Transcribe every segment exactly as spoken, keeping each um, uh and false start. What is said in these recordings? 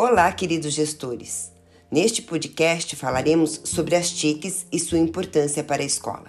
Olá, queridos gestores! Neste podcast falaremos sobre as T I Cs e sua importância para a escola.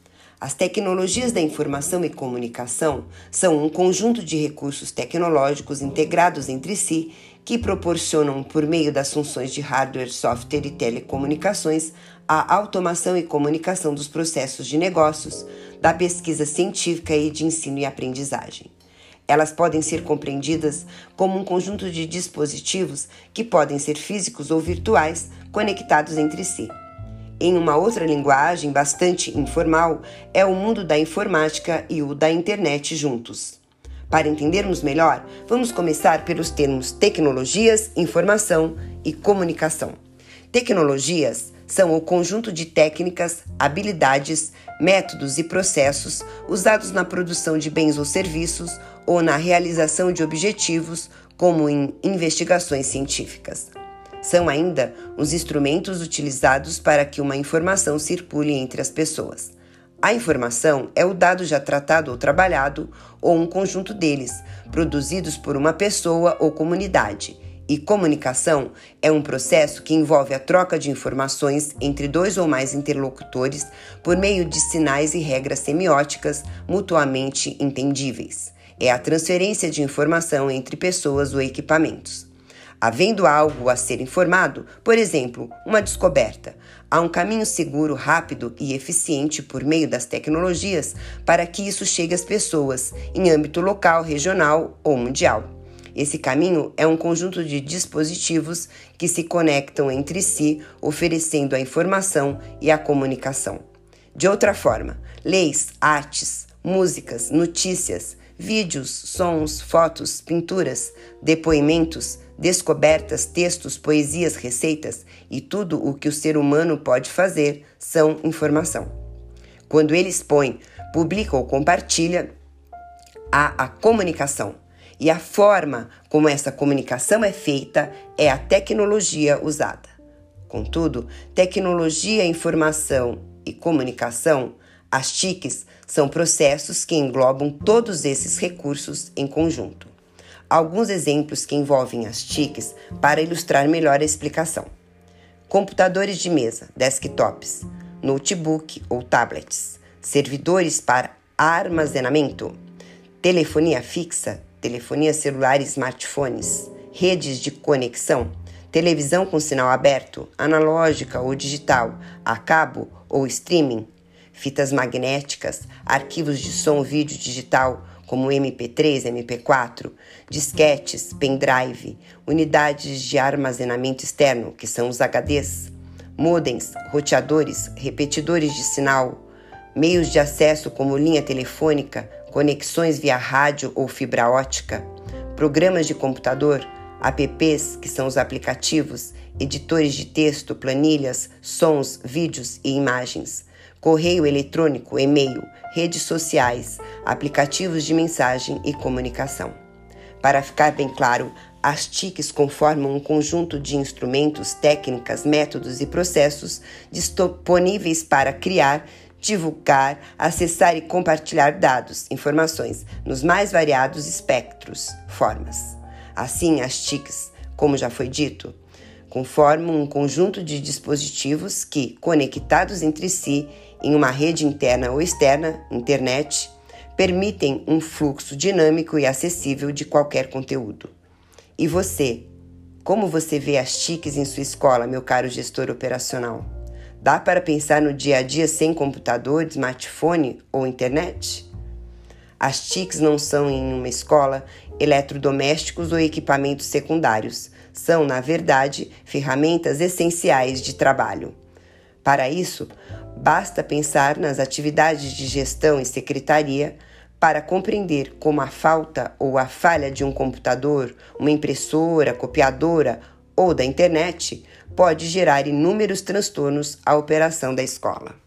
As tecnologias da informação e comunicação são um conjunto de recursos tecnológicos integrados entre si que proporcionam, por meio das funções de hardware, software e telecomunicações, a automação e comunicação dos processos de negócios, da pesquisa científica e de ensino e aprendizagem. Elas podem ser compreendidas como um conjunto de dispositivos que podem ser físicos ou virtuais conectados entre si. Em uma outra linguagem bastante informal, é o mundo da informática e o da internet juntos. Para entendermos melhor, vamos começar pelos termos tecnologias, informação e comunicação. Tecnologias são o conjunto de técnicas, habilidades, métodos e processos usados na produção de bens ou serviços ou na realização de objetivos, como em investigações científicas. São ainda os instrumentos utilizados para que uma informação circule entre as pessoas. A informação é o dado já tratado ou trabalhado, ou um conjunto deles, produzidos por uma pessoa ou comunidade. E comunicação é um processo que envolve a troca de informações entre dois ou mais interlocutores por meio de sinais e regras semióticas mutuamente entendíveis. É a transferência de informação entre pessoas ou equipamentos. Havendo algo a ser informado, por exemplo, uma descoberta, há um caminho seguro, rápido e eficiente por meio das tecnologias para que isso chegue às pessoas, em âmbito local, regional ou mundial. Esse caminho é um conjunto de dispositivos que se conectam entre si, oferecendo a informação e a comunicação. De outra forma, leis, artes, músicas, notícias, vídeos, sons, fotos, pinturas, depoimentos, descobertas, textos, poesias, receitas e tudo o que o ser humano pode fazer são informação. Quando ele expõe, publica ou compartilha, há a comunicação. E a forma como essa comunicação é feita é a tecnologia usada. Contudo, tecnologia, informação e comunicação, as T I Cs, são processos que englobam todos esses recursos em conjunto. Alguns exemplos que envolvem as T I Cs para ilustrar melhor a explicação. Computadores de mesa, desktops, notebook ou tablets, servidores para armazenamento, telefonia fixa, telefonia celular e smartphones, redes de conexão, televisão com sinal aberto, analógica ou digital, a cabo ou streaming, fitas magnéticas, arquivos de som ou vídeo digital, como M P três, M P quatro, disquetes, pendrive, unidades de armazenamento externo, que são os H Ds, modems, roteadores, repetidores de sinal, meios de acesso como linha telefônica, conexões via rádio ou fibra ótica, programas de computador, apps, que são os aplicativos, editores de texto, planilhas, sons, vídeos e imagens, correio eletrônico, e-mail, redes sociais, aplicativos de mensagem e comunicação. Para ficar bem claro, as T I Cs conformam um conjunto de instrumentos, técnicas, métodos e processos disponíveis para criar, divulgar, acessar e compartilhar dados, informações, nos mais variados espectros, formas. Assim, as T I Cs, como já foi dito, conformam um conjunto de dispositivos que, conectados entre si em uma rede interna ou externa, internet, permitem um fluxo dinâmico e acessível de qualquer conteúdo. E você? Como você vê as T I Cs em sua escola, meu caro gestor operacional? Dá para pensar no dia a dia sem computador, smartphone ou internet? As T I Cs não são, em uma escola, eletrodomésticos ou equipamentos secundários. São, na verdade, ferramentas essenciais de trabalho. Para isso, basta pensar nas atividades de gestão e secretaria para compreender como a falta ou a falha de um computador, uma impressora, copiadora ou da internet pode gerar inúmeros transtornos à operação da escola.